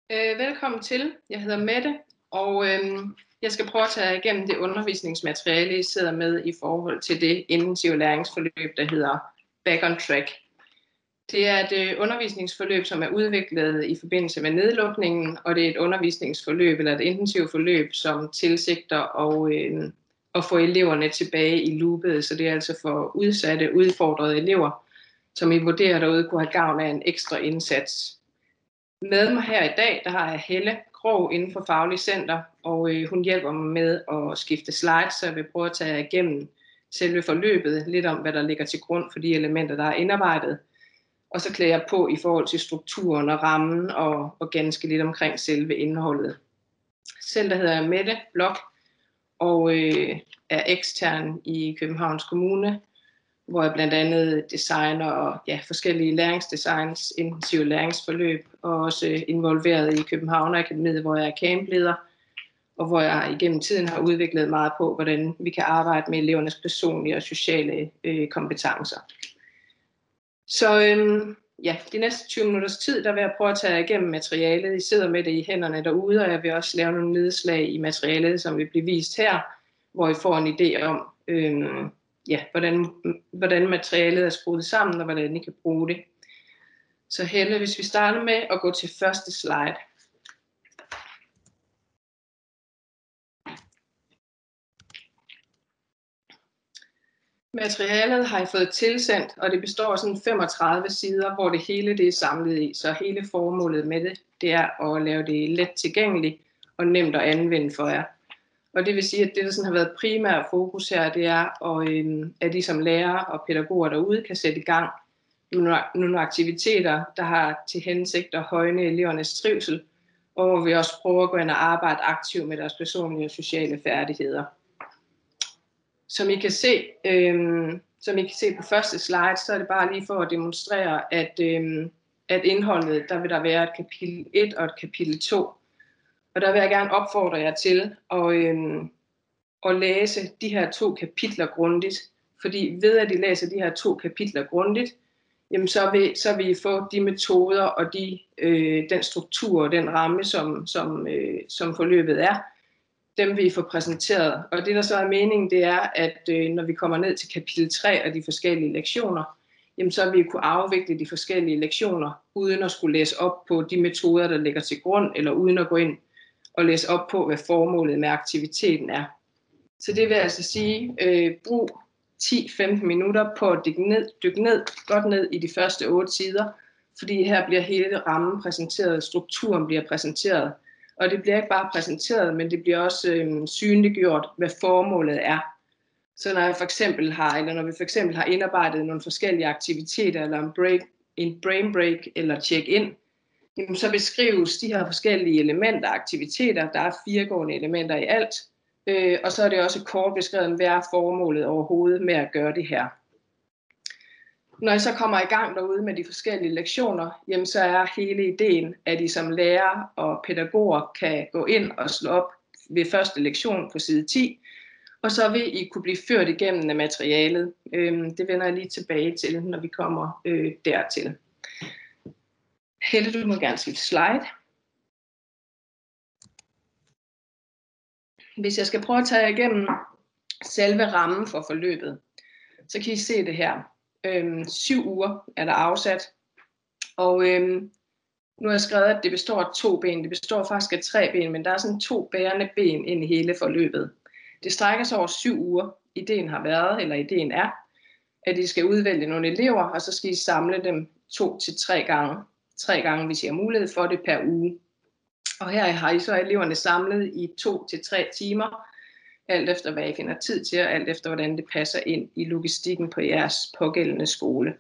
Velkommen til. Jeg hedder Mette, og jeg skal prøve at tage igennem det undervisningsmateriale, I sidder med i forhold til det intensive læringsforløb, der hedder Back on Track. Det er et undervisningsforløb, som er udviklet i forbindelse med nedlukningen, og det er et undervisningsforløb eller et intensivt forløb, som tilsigter at få eleverne tilbage i loopet. Så det er altså for udsatte, udfordrede elever, som I vurderer derude kunne have gavn af en ekstra indsats. Med mig her i dag, der har jeg Helle Krog inden for Faglig Center, og hun hjælper mig med at skifte slides, så jeg vil prøve at tage jer igennem selve forløbet, lidt om hvad der ligger til grund for de elementer, der er indarbejdet. Og så klæder jeg på i forhold til strukturen og rammen og ganske lidt omkring selve indholdet. Selv der hedder jeg Mette Blok og er ekstern i Københavns Kommune, hvor jeg blandt andet designer forskellige læringsdesigns, intensive læringsforløb, og også involveret i København Akademiet, hvor jeg er campleder, og hvor jeg igennem tiden har udviklet meget på, hvordan vi kan arbejde med elevernes personlige og sociale kompetencer. Så de næste 20 minutters tid, der vil jeg prøve at tage igennem materialet. I sidder med det i hænderne derude, og jeg vil også lave nogle nedslag i materialet, som vil blive vist her, hvor I får en idé om, hvordan materialet er skruet sammen, og hvordan I kan bruge det. Så Helle, hvis vi starter med at gå til første slide. Materialet har I fået tilsendt, og det består af sådan 35 sider, hvor det hele det er samlet i. Så hele formålet med det er at lave det let tilgængeligt og nemt at anvende for jer. Og det vil sige, at det, der sådan har været primært fokus her, det er, at I som lærere og pædagoger derude kan sætte i gang nogle aktiviteter, der har til hensigt at højne elevernes trivsel, og hvor vi også prøver at gå ind og arbejde aktivt med deres personlige og sociale færdigheder. Som I kan se på første slide, så er det bare lige for at demonstrere, at indholdet, der vil der være et kapitel 1 og et kapitel 2. Og der vil jeg gerne opfordre jer til at læse de her 2 kapitler grundigt. Fordi ved at I læser de her 2 kapitler grundigt, jamen så vil I få de metoder og den struktur og den ramme, som forløbet er. Dem vil I få præsenteret. Og det der så er meningen, det er, at når vi kommer ned til kapitel 3 og de forskellige lektioner, jamen så vil I kunne afvikle de forskellige lektioner, uden at skulle læse op på de metoder, der ligger til grund, eller uden at gå ind og læse op på, hvad formålet med aktiviteten er. Så det vil altså sige, brug 10-15 minutter på at dykke godt ned i de første 8 sider, fordi her bliver hele rammen præsenteret, strukturen bliver præsenteret, og det bliver ikke bare præsenteret, men det bliver også synliggjort, hvad formålet er. Så når vi for eksempel har indarbejdet nogle forskellige aktiviteter, eller en brain break eller check-in, så beskrives de her forskellige elementer og aktiviteter. Der er 4 gående elementer i alt, og så er det også kort beskrevet, hvad er formålet overhovedet med at gøre det her. Når I så kommer i gang derude med de forskellige lektioner, jamen så er hele ideen, at I som lærer og pædagoger kan gå ind og slå op ved første lektion på side 10, og så vil I kunne blive ført igennem af materialet. Det vender jeg lige tilbage til, når vi kommer dertil. Helle, du må gerne skifte slide. Hvis jeg skal prøve at tage igennem selve rammen for forløbet, så kan I se det her. 7 uger er der afsat, og nu har jeg skrevet, at det består af 2 ben. Det består faktisk af 3 ben, men der er sådan 2 bærende ben ind i hele forløbet. Det strækker sig over 7 uger. Ideen er, at I skal udvælge nogle elever, og så skal I samle dem 2 til 3 gange. 3 gange, hvis I har mulighed for det per uge. Og her har I så eleverne samlet i 2 til 3 timer, alt efter hvad I finder tid til, og alt efter hvordan det passer ind i logistikken på jeres pågældende skole.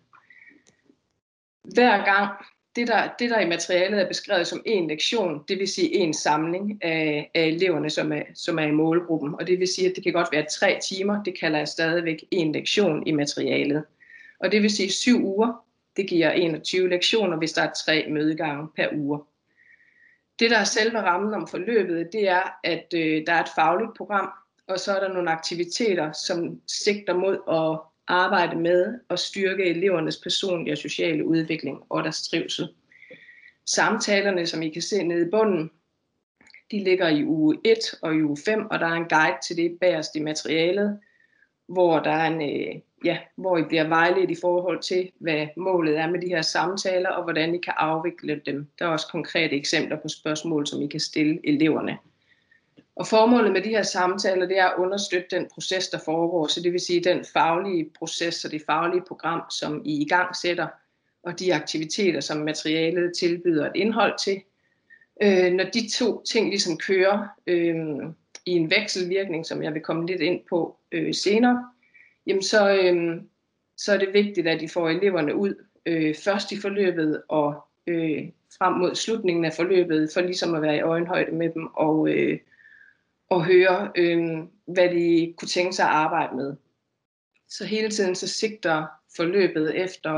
Hver gang, det der i materialet er beskrevet som en lektion, det vil sige en samling af eleverne, som er i målgruppen. Og det vil sige, at det kan godt være 3 timer, det kalder jeg stadigvæk en lektion i materialet. Og det vil sige 7 uger, det giver 21 lektioner, hvis der er 3 mødegange per uge. Det der er selve rammen om forløbet, det er, at der er et fagligt program, og så er der nogle aktiviteter, som sigter mod at arbejde med at styrke elevernes personlige og sociale udvikling og deres trivsel. Samtalerne, som I kan se nede i bunden, de ligger i uge 1 og i uge 5, og der er en guide til det bagerst i materialet, hvor der er hvor I bliver vejledt i forhold til, hvad målet er med de her samtaler, og hvordan I kan afvikle dem. Der er også konkrete eksempler på spørgsmål, som I kan stille eleverne. Og formålet med de her samtaler, det er at understøtte den proces, der foregår, så det vil sige den faglige proces og det faglige program, som I gang sætter, og de aktiviteter, som materialet tilbyder et indhold til. Når de to ting ligesom kører i en vekselvirkning, som jeg vil komme lidt ind på senere, jamen så er det vigtigt, at I får eleverne ud først i forløbet og frem mod slutningen af forløbet, for ligesom at være i øjenhøjde med dem og høre, hvad de kunne tænke sig at arbejde med. Så hele tiden så sigter forløbet efter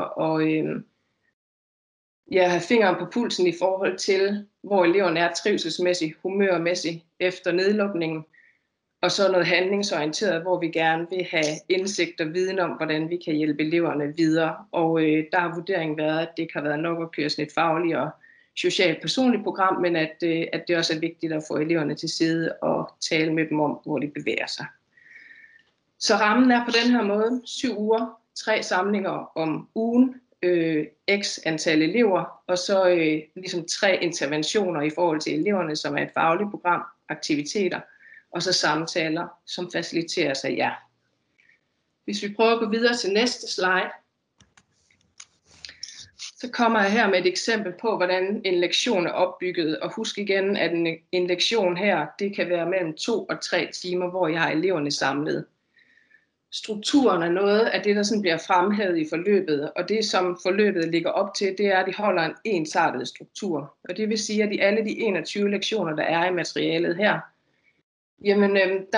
at have fingeren på pulsen i forhold til, hvor eleverne er trivselsmæssigt, humørmæssigt efter nedlukningen, og så noget handlingsorienteret, hvor vi gerne vil have indsigt og viden om, hvordan vi kan hjælpe eleverne videre. Og der har vurderingen været, at det ikke har været nok at køre sådan et fagligt og socialt personligt program, men at det også er vigtigt at få eleverne til side og tale med dem om, hvor de bevæger sig. Så rammen er på den her måde 7 uger, 3 samlinger om ugen, x antal elever, og så ligesom 3 interventioner i forhold til eleverne, som er et fagligt program, aktiviteter, og så samtaler, som faciliteres af jer. Hvis vi prøver at gå videre til næste slide, så kommer jeg her med et eksempel på, hvordan en lektion er opbygget. Og husk igen, at en lektion her, det kan være mellem 2 og 3 timer, hvor jeg har eleverne samlet. Strukturen er noget af det, der sådan bliver fremhævet i forløbet, og det som forløbet ligger op til, det er, at de holder en ensartet struktur. Og det vil sige, at i alle de 21 lektioner, der er i materialet her, jamen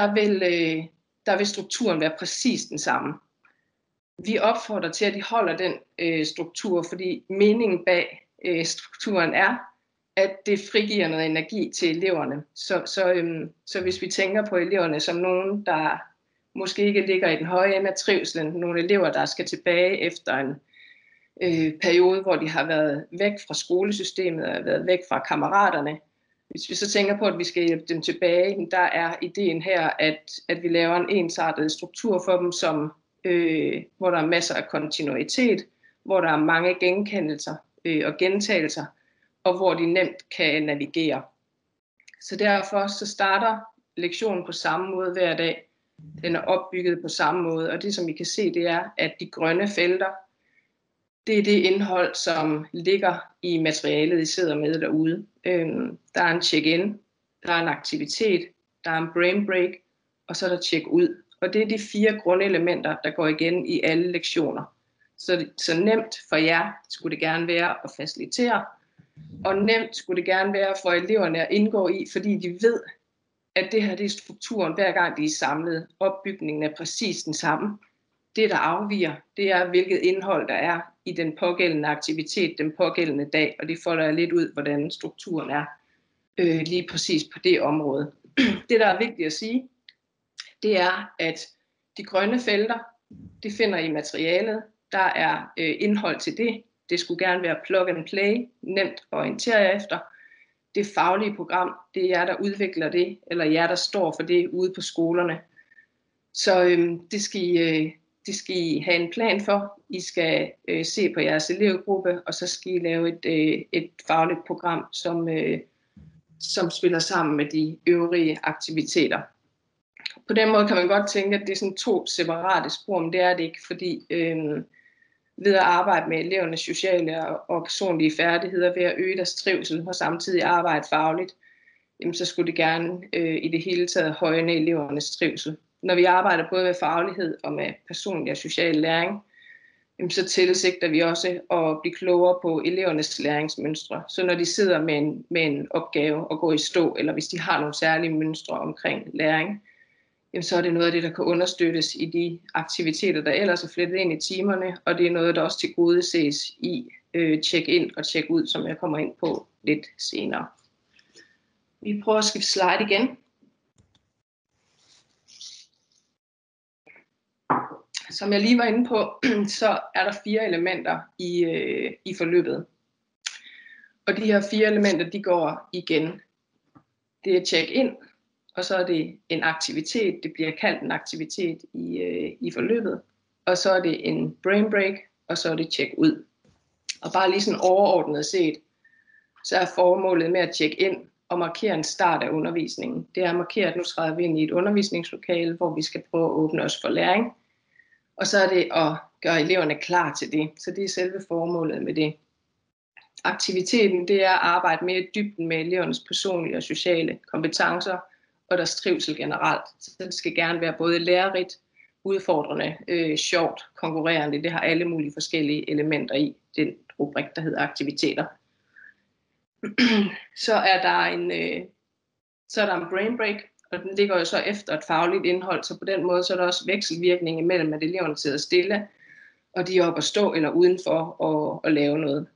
der vil strukturen være præcis den samme. Vi opfordrer til, at de holder den struktur, fordi meningen bag strukturen er, at det frigiver noget energi til eleverne. Så hvis vi tænker på eleverne som nogen, der måske ikke ligger i den høje ende af trivselen, nogle elever, der skal tilbage efter en periode, hvor de har været væk fra skolesystemet og været væk fra kammeraterne. Hvis vi så tænker på, at vi skal hjælpe dem tilbage, der er ideen her, at vi laver en ensartet struktur for dem, hvor der er masser af kontinuitet, hvor der er mange genkendelser og gentagelser, og hvor de nemt kan navigere. Så derfor så starter lektionen på samme måde hver dag. Den er opbygget på samme måde, og det som I kan se, det er, at de grønne felter, det er det indhold, som ligger i materialet, I sidder med derude. Der er en check-in, der er en aktivitet, der er en brain break, og så er der check-ud. Og det er de 4 grundelementer, der går igen i alle lektioner. Så nemt for jer skulle det gerne være at facilitere, og nemt skulle det gerne være for eleverne at indgå i, fordi de ved, at det her det er strukturen, hver gang de er samlet. Opbygningen er præcis den samme. Det, der afviger, det er, hvilket indhold der er i den pågældende aktivitet, den pågældende dag, og det folder jeg lidt ud, hvordan strukturen er lige præcis på det område. Det, der er vigtigt at sige, det er, at de grønne felter, det finder I materialet. Der er indhold til det. Det skulle gerne være plug and play, nemt at orientere jer efter. Det faglige program, det er jer, der udvikler det, eller jer, der står for det ude på skolerne. Så det skal I have en plan for. I skal se på jeres elevgruppe, og så skal I lave et fagligt program, som spiller sammen med de øvrige aktiviteter. På den måde kan man godt tænke, at det er sådan 2 separate spor, men det er det ikke, fordi ved at arbejde med elevernes sociale og personlige færdigheder, ved at øge deres trivsel og samtidig arbejde fagligt, jamen, så skulle det gerne i det hele taget højne elevernes trivsel. Når vi arbejder både med faglighed og med personlig og social læring, jamen, så tilsigter vi også at blive klogere på elevernes læringsmønstre. Så når de sidder med en opgave og går i stå, eller hvis de har nogle særlige mønstre omkring læring, jamen, så er det noget af det, der kan understøttes i de aktiviteter, der ellers er flettet ind i timerne, og det er noget, der også tilgodeses i check-in og check-ud, som jeg kommer ind på lidt senere. Vi prøver at skifte slide igen. Som jeg lige var inde på, så er der 4 elementer i forløbet. Og de her 4 elementer, de går igen. Det er check-in, og så er det en aktivitet, det bliver kaldt en aktivitet i forløbet, og så er det en brain break, og så er det check-ud. Og bare lige sådan overordnet set, så er formålet med at check ind og markere en start af undervisningen. Det er at markere, at nu træder vi ind i et undervisningslokale, hvor vi skal prøve at åbne os for læring. Og så er det at gøre eleverne klar til det. Så det er selve formålet med det. Aktiviteten, det er at arbejde mere i dybden med elevernes personlige og sociale kompetencer og deres trivsel generelt. Så det skal gerne være både lærerigt, udfordrende, sjovt, konkurrerende. Det har alle mulige forskellige elementer i den rubrik, der hedder aktiviteter. Så er der en brain break, og den ligger jo så efter et fagligt indhold, så på den måde så er der også vekselvirkning imellem, at eleverne sidder stille, og de er oppe at stå eller udenfor og lave noget.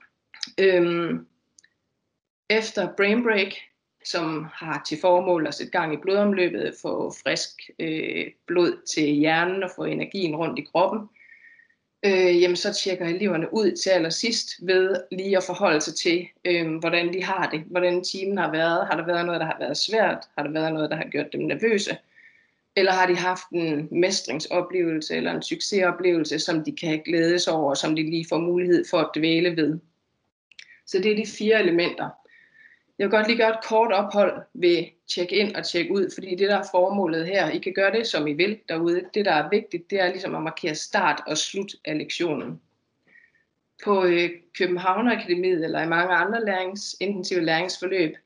Efter brain break, som har til formål at sætte gang i blodomløbet, få frisk blod til hjernen og få energien rundt i kroppen, jamen så tjekker eleverne ud til allersidst ved lige at forholde sig til, hvordan de har det, hvordan timen har været. Har der været noget, der har været svært? Har der været noget, der har gjort dem nervøse? Eller har de haft en mestringsoplevelse eller en succesoplevelse, som de kan glæde sig over, som de lige får mulighed for at dvæle ved? Så det er de 4 elementer. Jeg vil godt lige gøre et kort ophold ved check-in og check-ud, fordi det der er formålet her, I kan gøre det som I vil derude. Det der er vigtigt, det er ligesom at markere start og slut af lektionen. På Københavnerakademiet eller i mange andre intensive læringsforløb,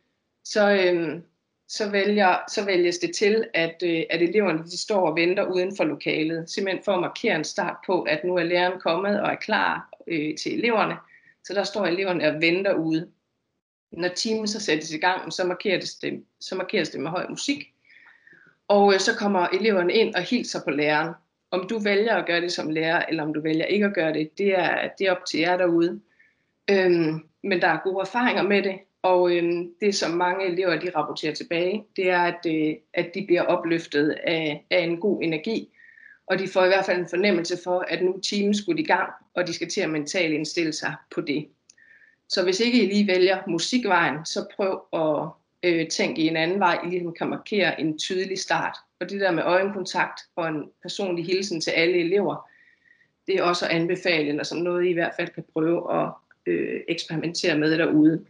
så vælges det til, at eleverne de står og venter uden for lokalet, simpelthen for at markere en start på, at nu er læreren kommet og er klar til eleverne. Så der står eleverne og venter ude. Når timen så sættes i gang, så markeres det med høj musik. Og så kommer eleverne ind og hilser på læreren. Om du vælger at gøre det som lærer, eller om du vælger ikke at gøre det, det er op til jer derude. Men der er gode erfaringer med det, og det som mange elever de rapporterer tilbage, det er, at de bliver opløftet af en god energi. Og de får i hvert fald en fornemmelse for, at nu timen skulle i gang, og de skal til at mentalt indstille sig på det. Så hvis ikke I lige vælger musikvejen, så prøv at tænke i en anden vej, I ligesom kan markere en tydelig start. Og det der med øjenkontakt og en personlig hilsen til alle elever, det er også at anbefale, eller som noget I hvert fald kan prøve at eksperimentere med derude.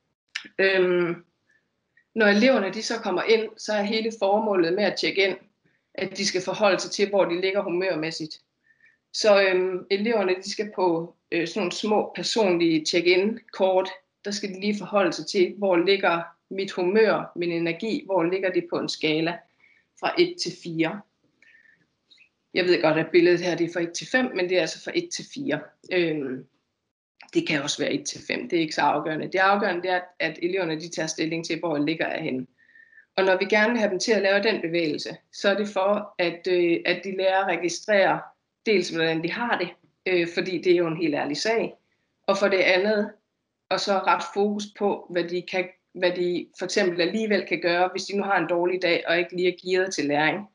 Når eleverne de så kommer ind, så er hele formålet med at tjekke ind, at de skal forholde sig til, hvor de ligger humørmæssigt. Så eleverne de skal på sådan nogle små personlige check-in-kort, der skal de lige forholde sig til, hvor ligger mit humør, min energi, hvor ligger det på en skala fra 1 til 4. Jeg ved godt, at billedet her det er fra 1 til 5, men det er altså fra 1 til 4. Det kan også være 1 til 5, det er ikke så afgørende. Det afgørende det er, at eleverne de tager stilling til, hvor ligger jeg henne. Og når vi gerne vil have dem til at lave den bevægelse, så er det for, at de lærer at registrere dels hvordan de har det, fordi det er jo en helt ærlig sag, og for det andet, og så ret fokus på, hvad de for eksempel alligevel kan gøre, hvis de nu har en dårlig dag, og ikke lige er gearet til læring.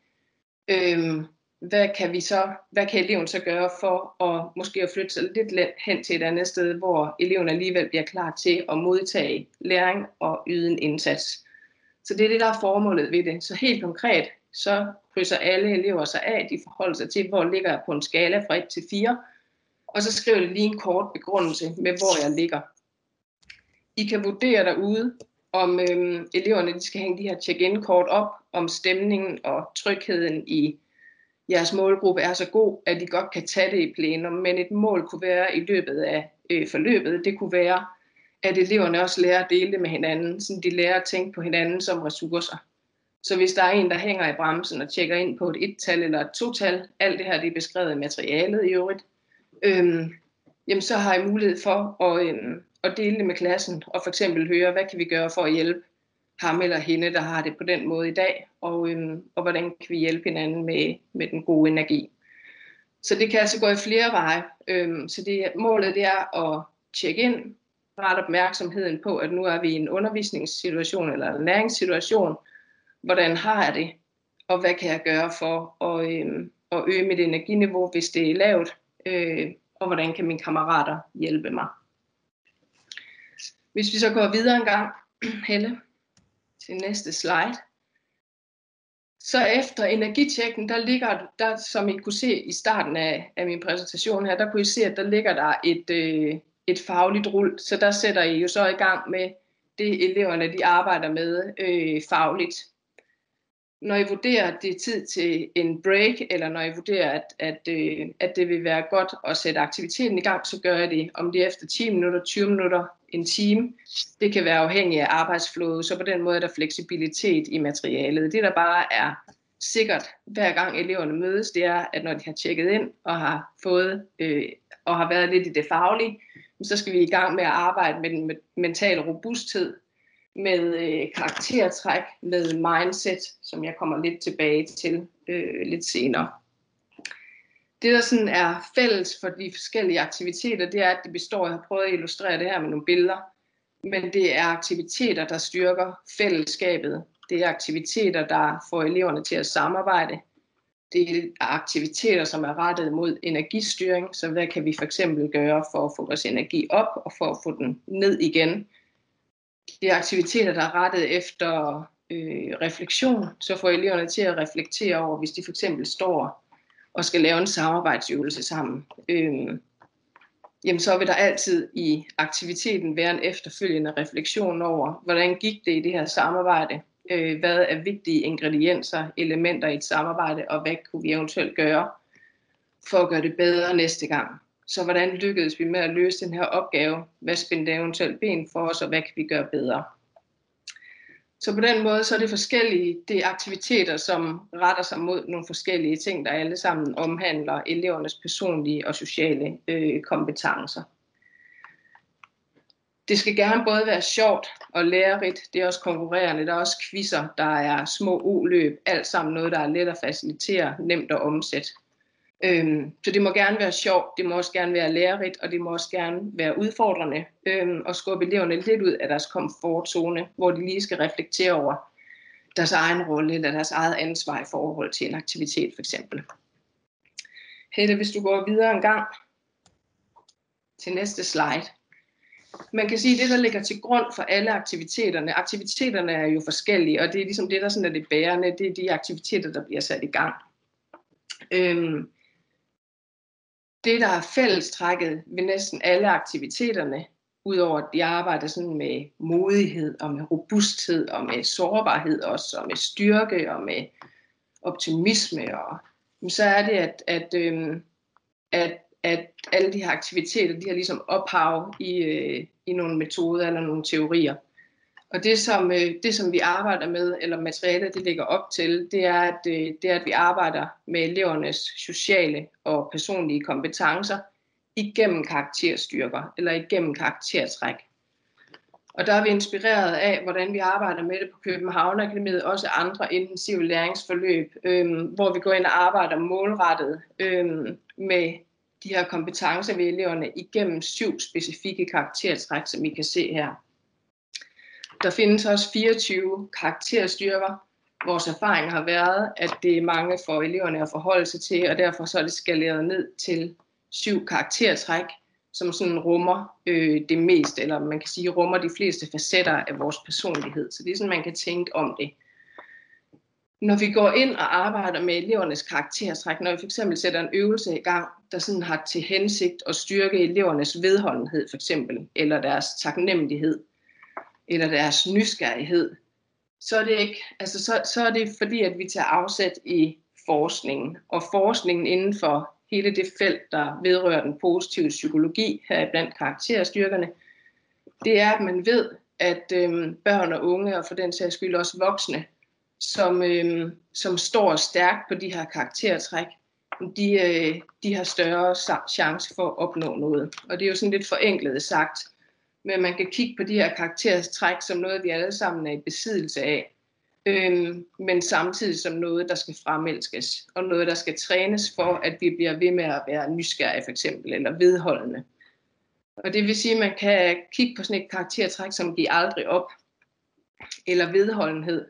Hvad kan eleven så gøre for at måske at flytte sig lidt hen til et andet sted, hvor eleven alligevel bliver klar til at modtage læring og yde en indsats. Så det er det, der er formålet ved det. Så helt konkret, så krydser alle elever sig af, de forholder sig til, hvor ligger jeg på en skala fra 1 til 4, og så skriver de lige en kort begrundelse med, hvor jeg ligger. I kan vurdere derude, om eleverne de skal hænge de her check-in-kort op, om stemningen og trygheden i jeres målgruppe er så god, at de godt kan tage det i plenum, men et mål kunne være i løbet af forløbet, det kunne være, at eleverne også lærer at dele det med hinanden, så de lærer at tænke på hinanden som ressourcer. Så hvis der er en, der hænger i bremsen og tjekker ind på et 1-tal eller et 2-tal, alt det her det er beskrevet i materialet i øvrigt, jamen så har I mulighed for at dele det med klassen, og for eksempel høre, hvad kan vi gøre for at hjælpe ham eller hende, der har det på den måde i dag, og hvordan kan vi hjælpe hinanden med den gode energi. Så det kan altså gå i flere veje. Så målet det er at tjekke ind, rette opmærksomheden på, at nu er vi i en undervisningssituation eller en læringssituation. Hvordan har jeg det, og hvad kan jeg gøre for at øge mit energiniveau, hvis det er lavt, og hvordan kan mine kammerater hjælpe mig. Hvis vi så går videre en gang, Helle, til næste slide. Så efter energitjekken, der ligger der, som I kunne se i starten af min præsentation her, der kunne I se, at der ligger der et fagligt rul. Så der sætter I jo så i gang med det, eleverne de arbejder med fagligt. Når I vurderer, at det er tid til en break, eller når I vurderer, at det vil være godt at sætte aktiviteten i gang, så gør jeg det. Om det er efter 10 minutter, 20 minutter, en time. Det kan være afhængigt af arbejdsflowet, så på den måde er der fleksibilitet i materialet. Det der bare er sikkert, hver gang eleverne mødes, det er, at når de har tjekket ind og har fået og har været lidt i det faglige, så skal vi i gang med at arbejde med den mentale robusthed, med karaktertræk, med mindset, som jeg kommer lidt tilbage til lidt senere. Det der sådan er fælles for de forskellige aktiviteter, det er, at de består, jeg har prøvet at illustrere det her med nogle billeder, men det er aktiviteter, der styrker fællesskabet. Det er aktiviteter, der får eleverne til at samarbejde. Det er aktiviteter, som er rettet mod energistyring, så hvad kan vi for eksempel gøre for at få vores energi op og for at få den ned igen. Det er aktiviteter, der er rettet efter refleksion, så får eleverne til at reflektere over, hvis de for eksempel står og skal lave en samarbejdsøvelse sammen. Jamen så vil der altid i aktiviteten være en efterfølgende refleksion over, hvordan gik det i det her samarbejde, hvad er vigtige ingredienser, elementer i et samarbejde, og hvad kunne vi eventuelt gøre for at gøre det bedre næste gang. Så hvordan lykkedes vi med at løse den her opgave, hvad spændte eventuelt ben for os, og hvad kan vi gøre bedre. Så på den måde så er det forskellige, det er aktiviteter, som retter sig mod nogle forskellige ting, der alle sammen omhandler elevernes personlige og sociale kompetencer. Det skal gerne både være sjovt og lærerigt, det er også konkurrerende, der er også quizzer, der er små o-løb, alt sammen noget, der er let at facilitere, nemt at omsætte. Så det må gerne være sjovt, det må også gerne være lærerigt, og det må også gerne være udfordrende og skubbe eleverne lidt ud af deres komfortzone, hvor de lige skal reflektere over deres egen rolle eller deres eget ansvar i forhold til en aktivitet for eksempel. Helle, hvis du går videre en gang til næste slide. Man kan sige, at det, der ligger til grund for alle aktiviteterne er jo forskellige, og det er ligesom det, der sådan er det bærende, det er de aktiviteter, der bliver sat i gang. Det, der er fællestrækket ved næsten alle aktiviteterne, udover at de arbejder sådan med modighed og med robusthed og med sårbarhed også, og med styrke og med optimisme, og så er det, at alle de her aktiviteter, de har ligesom ophav i nogle metoder eller nogle teorier. Og det som vi arbejder med, eller materialet det ligger op til, det er, at vi arbejder med elevernes sociale og personlige kompetencer igennem karakterstyrker, eller igennem karaktertræk. Og der er vi inspireret af, hvordan vi arbejder med det på Københavnerakademiet, også andre intensive læringsforløb, hvor vi går ind og arbejder målrettet med de her kompetencer ved eleverne igennem 7 specifikke karaktertræk, som I kan se her. Der findes også 24 karakterstyrker. Vores erfaring har været, at det er mange for eleverne at forholde sig til, og derfor så er det skaleret ned til 7 karaktertræk, som sådan rummer det meste, eller man kan sige rummer de fleste facetter af vores personlighed. Så det er sådan, man kan tænke om det. Når vi går ind og arbejder med elevernes karaktertræk, når vi fx sætter en øvelse i gang, der sådan har til hensigt at styrke elevernes vedholdenhed for eksempel, eller deres taknemmelighed, eller deres nysgerrighed, så er det ikke, altså så er det fordi, at vi tager afsæt i forskningen, og forskningen inden for hele det felt, der vedrører den positive psykologi her blandt karakterstyrkerne, det er, at man ved, at børn og unge, og for den sags skyld også voksne, som står stærkt på de her karaktertræk, de har større chance for at opnå noget. Og det er jo sådan lidt forenklet sagt, men man kan kigge på de her karaktertræk som noget, vi alle sammen er i besiddelse af, men samtidig som noget, der skal fremelskes, og noget, der skal trænes for, at vi bliver ved med at være nysgerrige for eksempel, eller vedholdende. Og det vil sige, at man kan kigge på sådan et karaktertræk, som giver aldrig op, eller vedholdenhed.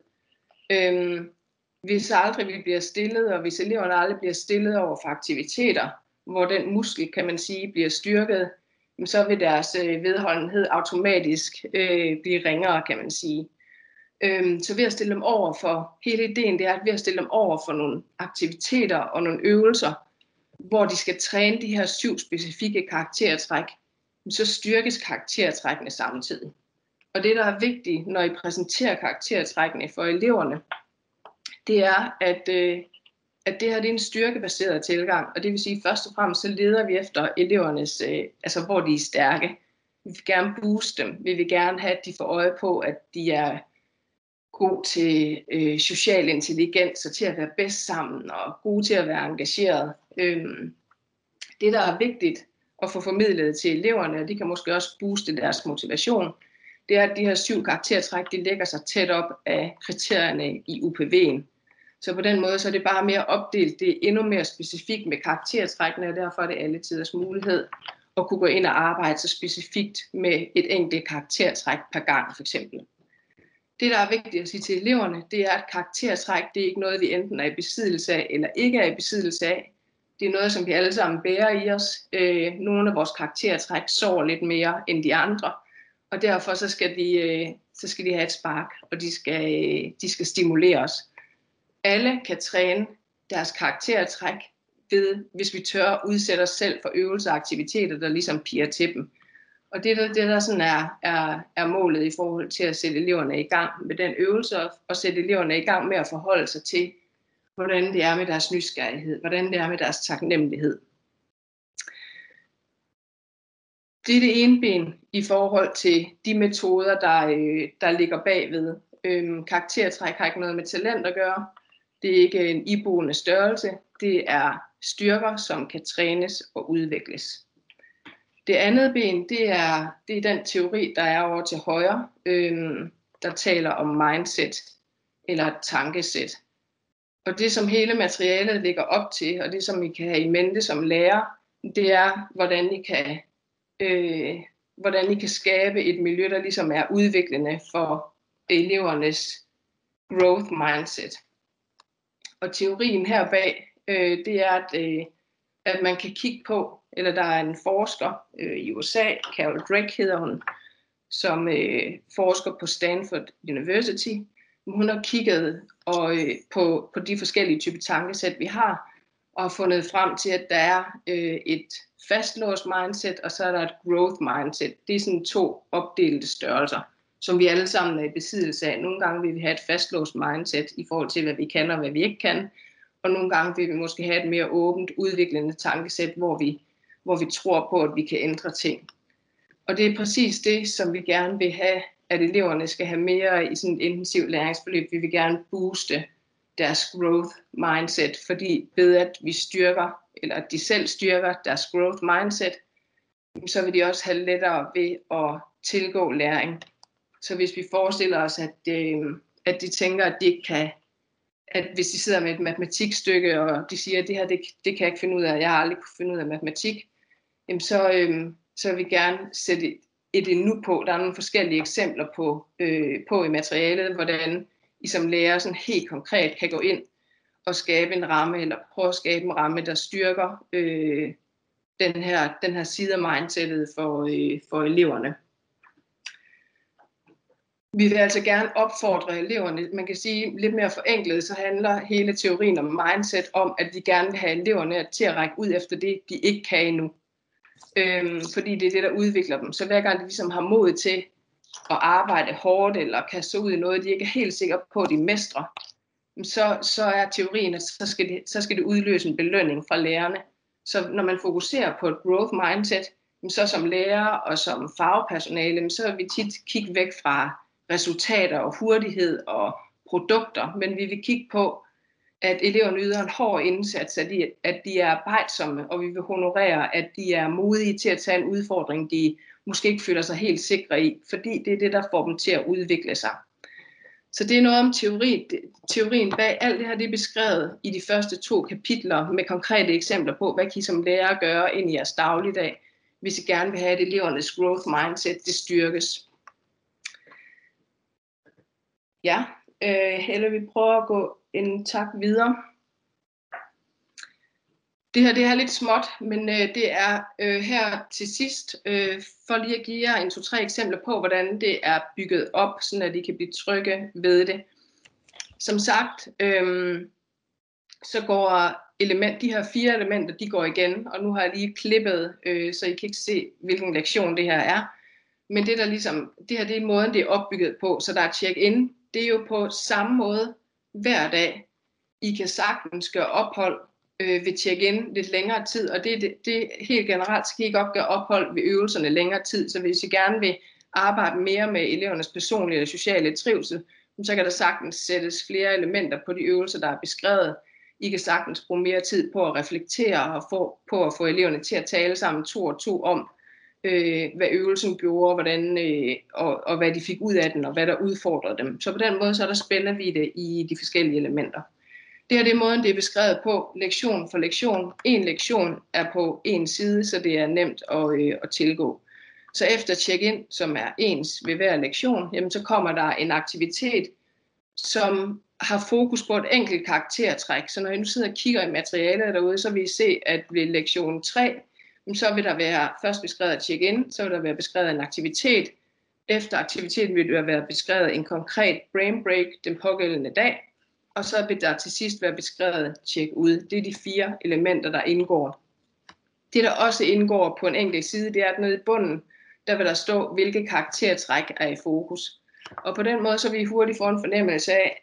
Hvis aldrig vi bliver stillet, og hvis eleverne aldrig bliver stillet over for aktiviteter, hvor den muskel, kan man sige, bliver styrket, så vil deres vedholdenhed automatisk blive ringere, kan man sige. Så ved at stille dem over for, hele ideen det er, at ved at stille dem over for nogle aktiviteter og nogle øvelser, hvor de skal træne de her 7 specifikke karaktertræk, så styrkes karaktertrækkene samtidig. Og det, der er vigtigt, når I præsenterer karaktertrækkene for eleverne, det er, at det her det er en styrkebaseret tilgang, og det vil sige, først og fremmest så leder vi efter elevernes, altså hvor de er stærke. Vi vil gerne booste dem, vi vil gerne have, at de får øje på, at de er god til social intelligens og til at være bedst sammen og gode til at være engageret. Det, der er vigtigt at få formidlet til eleverne, og det kan måske også booste deres motivation, det er, at de her 7 karaktertræk, de lægger sig tæt op af kriterierne i UPV'en. Så på den måde, så er det bare mere opdelt, det er endnu mere specifikt med karaktertrækkene, og derfor er det alle tiders mulighed at kunne gå ind og arbejde så specifikt med et enkelt karaktertræk per gang, for eksempel. Det, der er vigtigt at sige til eleverne, det er, at karaktertræk, det er ikke noget, vi enten er i besiddelse af, eller ikke er i besiddelse af. Det er noget, som vi alle sammen bærer i os. Nogle af vores karaktertræk sover lidt mere end de andre, og derfor så skal de have et spark, og de skal stimuleres. Alle kan træne deres karaktertræk ved, hvis vi tør at udsætte os selv for øvelser og aktiviteter, der ligesom piger til dem. Og det der sådan er målet i forhold til at sætte eleverne i gang med den øvelse, og sætte eleverne i gang med at forholde sig til, hvordan det er med deres nysgerrighed, hvordan det er med deres taknemmelighed. Det er det ene ben i forhold til de metoder, der ligger bagved. Karaktertræk har ikke noget med talent at gøre. Det er ikke en iboende størrelse. Det er styrker, som kan trænes og udvikles. Det andet ben, det er den teori, der er over til højre, der taler om mindset eller tankesæt. Og det, som hele materialet ligger op til, og det, som I kan have i mente som lærer, det er, hvordan I kan skabe et miljø, der ligesom er udviklende for elevernes growth mindset. Og teorien her bag, det er, at man kan kigge på, eller der er en forsker i USA, Carol Dweck hedder hun, som forsker på Stanford University. Hun har kigget på de forskellige typer tankesæt, vi har, og har fundet frem til, at der er et fastlåst mindset, og så er der et growth mindset. Det er sådan 2 opdelte størrelser, som vi alle sammen er i besiddelse af. Nogle gange vil vi have et fastlåst mindset i forhold til, hvad vi kan og hvad vi ikke kan. Og nogle gange vil vi måske have et mere åbent, udviklende tankesæt, hvor vi tror på, at vi kan ændre ting. Og det er præcis det, som vi gerne vil have, at eleverne skal have mere i sådan et intensivt læringsforløb. Vi vil gerne booste deres growth mindset, fordi ved at vi styrker, eller at de selv styrker deres growth mindset, så vil de også have lettere ved at tilgå læring. Så hvis vi forestiller os, at de tænker, at de ikke kan, at hvis de sidder med et matematikstykke, og de siger, at det her, det kan jeg ikke finde ud af, jeg har aldrig kunne finde ud af matematik, så vil vi gerne sætte et endnu på. Der er nogle forskellige eksempler på i materialet, hvordan I som lærer sådan helt konkret kan gå ind og skabe en ramme, eller prøve at skabe en ramme, der styrker den her side af mindsetet for eleverne. Vi vil altså gerne opfordre eleverne, man kan sige lidt mere forenklet, så handler hele teorien om mindset om, at vi gerne vil have eleverne til at række ud efter det, de ikke kan endnu. Fordi det er det, der udvikler dem. Så hver gang de ligesom har mod til at arbejde hårdt, eller kaste sig ud i noget, de ikke er helt sikre på, at de mestrer, så er teorien, at så skal det udløse en belønning fra lærerne. Så når man fokuserer på et growth mindset, så som lærer og som fagpersonale, så vil vi tit kigge væk fra resultater og hurtighed og produkter, men vi vil kigge på, at eleverne yder en hård indsats, at de er arbejdsomme, og vi vil honorere, at de er modige til at tage en udfordring, de måske ikke føler sig helt sikre i, fordi det er det, der får dem til at udvikle sig. Så det er noget om teorien bag alt det her, det er beskrevet i de første 2 kapitler med konkrete eksempler på, hvad kan I som lærer gøre ind i jeres dagligdag, hvis I gerne vil have, at elevernes growth mindset det styrkes. Ja, eller vi prøver at gå en tak videre. Det her det er lidt småt, men det er her til sidst, for lige at give jer en 2-3 eksempler på, hvordan det er bygget op, sådan at I kan blive trygge ved det. Som sagt, så går de her 4 elementer, de går igen, og nu har jeg lige klippet, så I kan ikke se, hvilken lektion det her er. Men det her det er måden, det er opbygget på, så der er check-in. Det er jo på samme måde hver dag. I kan sagtens gøre ophold ved check-in lidt længere tid, og det helt generelt skal I ikke gøre ophold ved øvelserne længere tid, så hvis I gerne vil arbejde mere med elevernes personlige og sociale trivsel, så kan der sagtens sættes flere elementer på de øvelser, der er beskrevet. I kan sagtens bruge mere tid på at reflektere og på at få eleverne til at tale sammen 2 og 2 om, hvad øvelsen gjorde, hvordan, og hvad de fik ud af den, og hvad der udfordrede dem. Så på den måde, så er der spændvidde i de forskellige elementer. Det her det er måden, det er beskrevet på, lektion for lektion. En lektion er på en side, så det er nemt at tilgå. Så efter check-in, som er ens ved hver lektion, jamen så kommer der en aktivitet, som har fokus på et enkelt karaktertræk. Så når I nu sidder og kigger i materialet derude, så vil I se, at ved lektion 3, så vil der være først beskrevet check-in, så vil der være beskrevet en aktivitet. Efter aktiviteten vil der være beskrevet en konkret brain break den pågældende dag, og så vil der til sidst være beskrevet check-ud. Det er de 4 elementer, der indgår. Det, der også indgår på en enkelt side, det er, at nede i bunden, der vil der stå, hvilke karaktertræk er i fokus. Og på den måde, så vil I hurtigt få en fornemmelse af,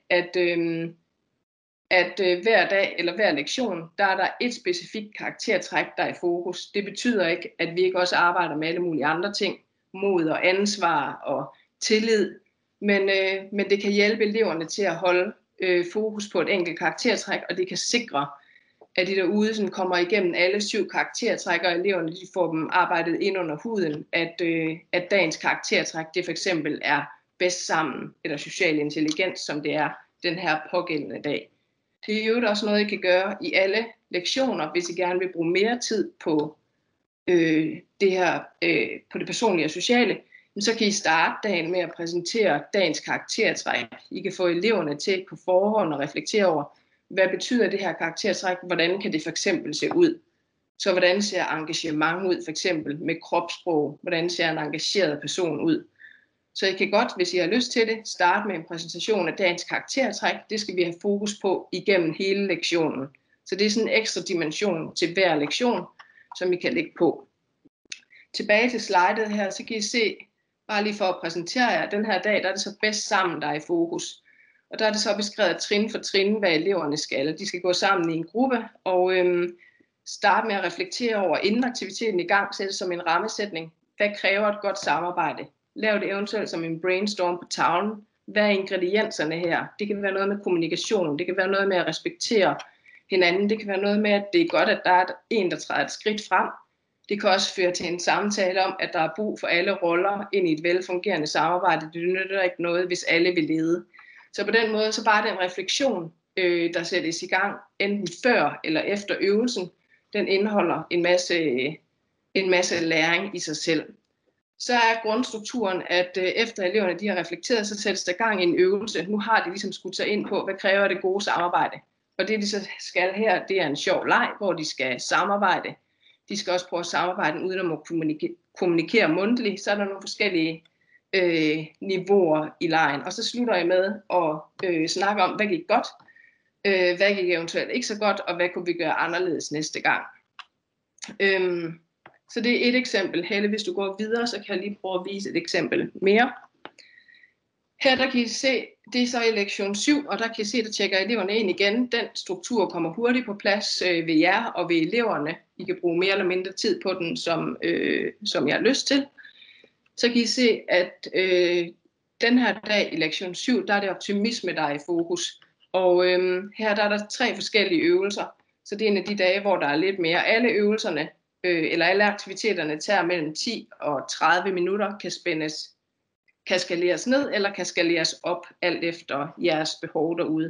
at hver dag eller hver lektion, der er der et specifikt karaktertræk, der er i fokus. Det betyder ikke, at vi ikke også arbejder med alle mulige andre ting, mod og ansvar og tillid, men det kan hjælpe eleverne til at holde fokus på et enkelt karaktertræk, og det kan sikre, at de derude sådan kommer igennem alle 7 karaktertræk, og eleverne de får dem arbejdet ind under huden, at dagens karaktertræk, det for eksempel er bedst sammen, eller social intelligens, som det er den her pågældende dag. Det er jo også noget, I kan gøre i alle lektioner, hvis I gerne vil bruge mere tid på det her, på det personlige og sociale. Så kan I starte dagen med at præsentere dagens karaktertræk. I kan få eleverne til på forhånd at reflektere over, hvad betyder det her karaktertræk, hvordan kan det for eksempel se ud. Så hvordan ser engagement ud, for eksempel med kropssprog, hvordan ser en engageret person ud. Så I kan godt, hvis I har lyst til det, starte med en præsentation af dagens karaktertræk. Det skal vi have fokus på igennem hele lektionen. Så det er sådan en ekstra dimension til hver lektion, som I kan lægge på. Tilbage til slidet her, så kan I se, bare lige for at præsentere jer, den her dag, der er det så bedst sammen, der er i fokus. Og der er det så beskrevet trin for trin, hvad eleverne skal. De skal gå sammen i en gruppe og starte med at reflektere over, inden aktiviteten i gang sættes som en rammesætning. Hvad kræver et godt samarbejde? Lav det eventuelt som en brainstorm på tavlen. Hvad er ingredienserne her? Det kan være noget med kommunikation, det kan være noget med at respektere hinanden, det kan være noget med, at det er godt, at der er en, der træder et skridt frem. Det kan også føre til en samtale om, at der er brug for alle roller ind i et velfungerende samarbejde. Det nytter ikke noget, hvis alle vil lede. Så på den måde, så bare den refleksion, der sættes i gang, enten før eller efter øvelsen, den indeholder en masse læring i sig selv. Så er grundstrukturen, at efter eleverne de har reflekteret, så sættes der gang i en øvelse. Nu har de ligesom skudt sig ind på, hvad kræver det gode samarbejde. Og det de så skal her, det er en sjov leg, hvor de skal samarbejde. De skal også prøve at samarbejde uden at må kommunikere mundtligt. Så er der nogle forskellige niveauer i legen. Og så slutter jeg med at snakke om, hvad gik godt, hvad gik eventuelt ikke så godt, og hvad kunne vi gøre anderledes næste gang. Så det er et eksempel. Helle, hvis du går videre, så kan jeg lige prøve at vise et eksempel mere. Her der kan I se, det er så i lektion 7, og der kan I se, der tjekker eleverne ind igen. Den struktur kommer hurtigt på plads ved jer og ved eleverne. I kan bruge mere eller mindre tid på den, som jeg har lyst til. Så kan I se, at den her dag i lektion 7, der er det optimisme, der er i fokus. Og her der er der 3 forskellige øvelser. Så det er en af de dage, hvor der er lidt mere. Alle øvelserne, eller alle aktiviteterne tager mellem 10 og 30 minutter, kan skaleres ned eller kan skaleres op, alt efter jeres behov derude.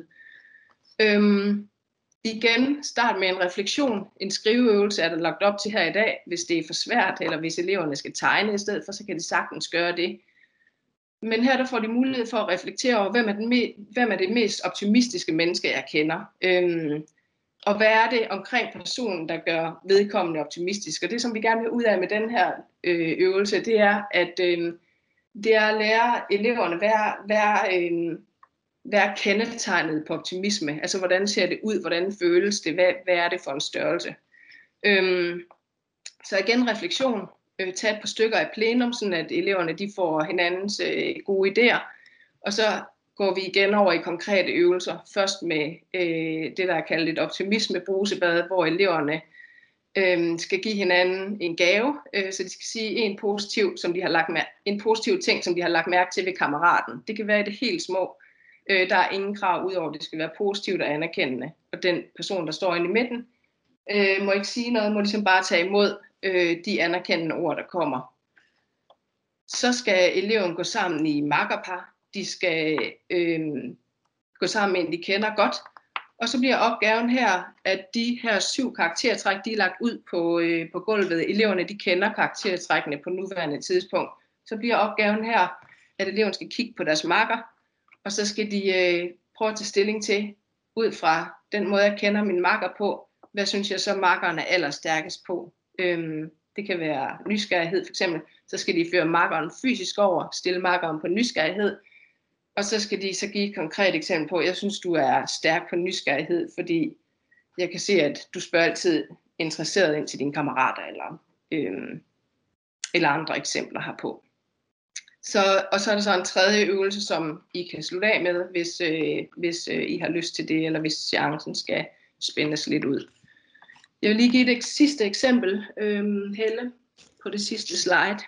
Igen, start med en refleksion. En skriveøvelse er der lagt op til her i dag. Hvis det er for svært, eller hvis eleverne skal tegne i stedet for, så kan de sagtens gøre det. Men her der får de mulighed for at reflektere over, hvem er det mest optimistiske menneske, jeg kender. Og hvad er det omkring personen, der gør vedkommende optimistisk? Og det, som vi gerne vil ud af med den her øvelse, det er at lære eleverne, hvad er kendetegnet på optimisme? Altså, hvordan ser det ud? Hvordan føles det? Hvad er det for en størrelse? Så igen refleksion. Tag et par stykker af plenum, sådan at eleverne de får hinandens gode idéer. Og så går vi igen over i konkrete øvelser. Først med det, der er kaldt et optimisme-brusebad, hvor eleverne skal give hinanden en gave, så de skal sige en positiv ting, som de har lagt mærke til ved kammeraten. Det kan være i det helt små. Der er ingen krav udover, det skal være positivt og anerkendende. Og den person, der står inde i midten, må ikke sige noget, må ligesom bare tage imod de anerkendende ord, der kommer. Så skal eleven gå sammen i makkerpar. De skal gå sammen med en, de kender godt. Og så bliver opgaven her, at de her 7 karaktertræk, de er lagt ud på gulvet. Eleverne, de kender karaktertrækkene på nuværende tidspunkt. Så bliver opgaven her, at eleven skal kigge på deres makker, og så skal de prøve at tage stilling til, ud fra den måde, jeg kender min makker på, hvad synes jeg så makkeren er allerstærkest på. Det kan være nysgerrighed for eksempel. Så skal de føre makkeren fysisk over, stille makkeren på nysgerrighed. Og så skal de så give et konkret eksempel på, jeg synes, du er stærk på nysgerrighed, fordi jeg kan se, at du spørger altid interesseret ind til dine kammerater, eller andre eksempler herpå. Og så er der så en tredje øvelse, som I kan slutte af med, hvis I har lyst til det, eller hvis chancen skal spændes lidt ud. Jeg vil lige give et sidste eksempel, Helle, på det sidste slide.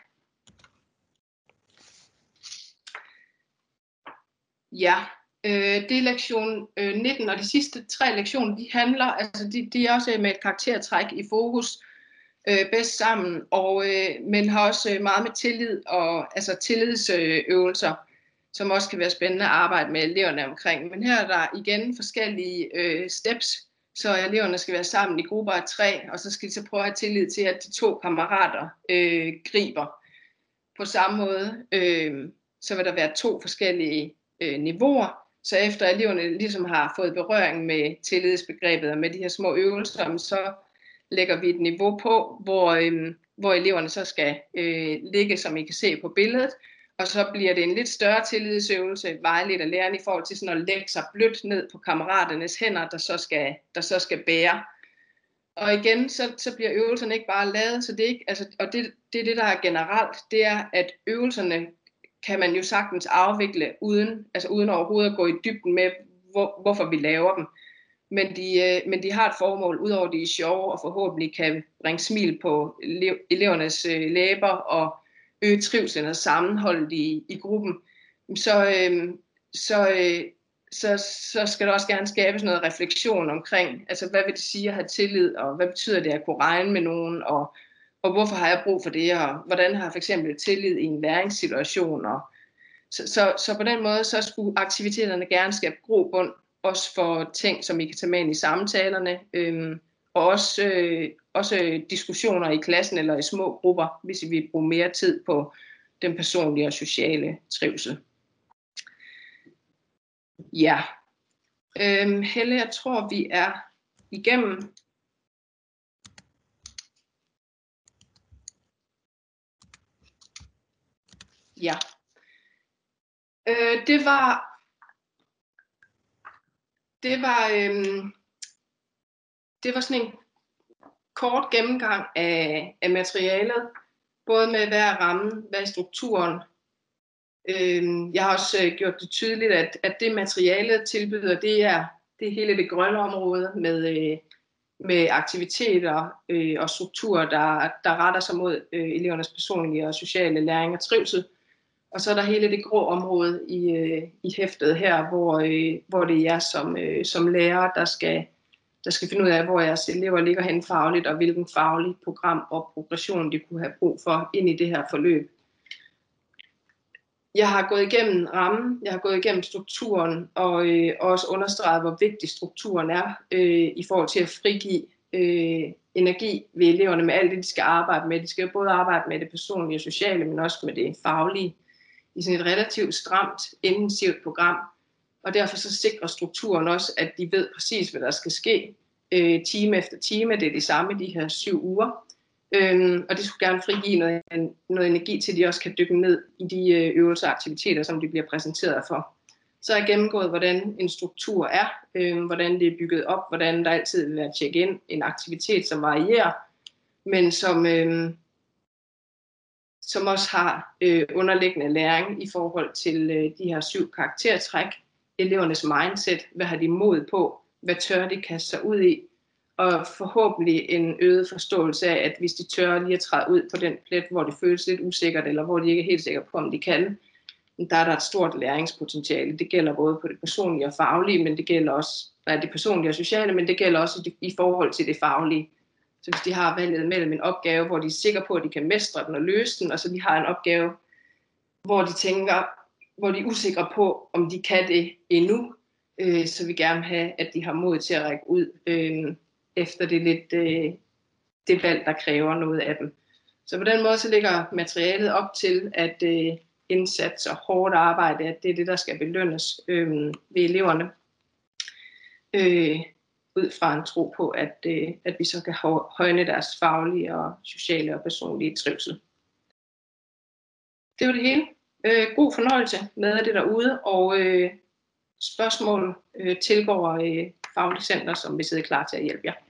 Ja, det er lektion 19, og de sidste 3 lektioner, de handler, altså de er også med et karaktertræk i fokus, bedst sammen, men har også meget med tillid og altså tillidsøvelser, som også kan være spændende at arbejde med eleverne omkring. Men her er der igen forskellige steps, så eleverne skal være sammen i grupper af 3, og så skal de så prøve at have tillid til, at de 2 kammerater griber. På samme måde, så vil der være 2 forskellige niveauer, så efter eleverne ligesom har fået berøring med tillidsbegrebet og med de her små øvelser, så lægger vi et niveau på, hvor eleverne så skal ligge, som I kan se på billedet, og så bliver det en lidt større tillidsøvelse, vejledt af læreren i forhold til sådan at lægge sig blødt ned på kammeraternes hænder, der så skal bære. Og igen, så bliver øvelserne ikke bare lavet, så det er ikke, altså, og det er det, der er generelt, det er, at øvelserne kan man jo sagtens afvikle uden overhovedet at gå i dybden med, hvorfor vi laver dem. Men de har et formål, udover de er sjove og forhåbentlig kan bringe smil på elevernes læber og øge trivslen og sammenholdet i gruppen. Så skal der også gerne skabes noget refleksion omkring, altså hvad vil det sige at have tillid, og hvad betyder det at kunne regne med nogen, og hvorfor har jeg brug for det, og hvordan har jeg for eksempel tillid i en læringssituation. Så på den måde, så skulle aktiviteterne gerne skabe grobund, også for ting, som I kan tage med ind i samtalerne, og også diskussioner i klassen eller i små grupper, hvis I vil bruge mere tid på den personlige og sociale trivsel. Ja, Helle, jeg tror, vi er igennem. Ja, det var sådan en kort gennemgang af materialet, både med hvad er rammen, hvad er strukturen. Jeg har også gjort det tydeligt, at det materialet tilbyder, det er hele det grønne område med aktiviteter og strukturer, der retter sig mod elevernes personlige og sociale læring og trivsel. Og så er der hele det grå område i hæftet her, hvor det er jer som lærer, der skal finde ud af, hvor jeres elever ligger hen fagligt, og hvilken faglig program og progression de kunne have brug for ind i det her forløb. Jeg har gået igennem rammen, jeg har gået igennem strukturen, og også understreget, hvor vigtig strukturen er i forhold til at frigive energi ved eleverne med alt det, de skal arbejde med. De skal jo både arbejde med det personlige og sociale, men også med det faglige i sådan et relativt stramt, intensivt program. Og derfor så sikrer strukturen også, at de ved præcis, hvad der skal ske. time efter time. Det er det samme de her 7 uger. Og det skulle gerne frigive noget energi til, at de også kan dykke ned i de øvelser og aktiviteter, som de bliver præsenteret for. Så har jeg gennemgået, hvordan en struktur er, hvordan det er bygget op, hvordan der altid vil være check-in, en aktivitet, som varierer, men som også har underliggende læring i forhold til de her 7 karaktertræk, elevernes mindset, hvad har de mod på, hvad tør de kaste sig ud i, og forhåbentlig en øget forståelse af, at hvis de tør lige at træde ud på den plet, hvor det føles lidt usikkert, eller hvor de ikke er helt sikre på, om de kan, der er der et stort læringspotentiale. Det gælder både på det personlige og faglige, men det gælder også det personlige og sociale, men det gælder også i forhold til det faglige. Så hvis de har valget mellem en opgave, hvor de er sikre på, at de kan mestre den og løse den, og så de har en opgave, hvor de er usikre på, om de kan det endnu, så vi gerne have, at de har mod til at række ud efter det valg, der kræver noget af dem. Så på den måde så ligger materialet op til, at indsats og hårdt arbejde, at det er det, der skal belønnes ved eleverne. Ud fra en tro på, at vi så kan højne deres faglige og sociale og personlige trivsel. Det var det hele. God fornøjelse med det derude, og spørgsmål tilgår Fagligt Center, som vil sidde klar til at hjælpe jer.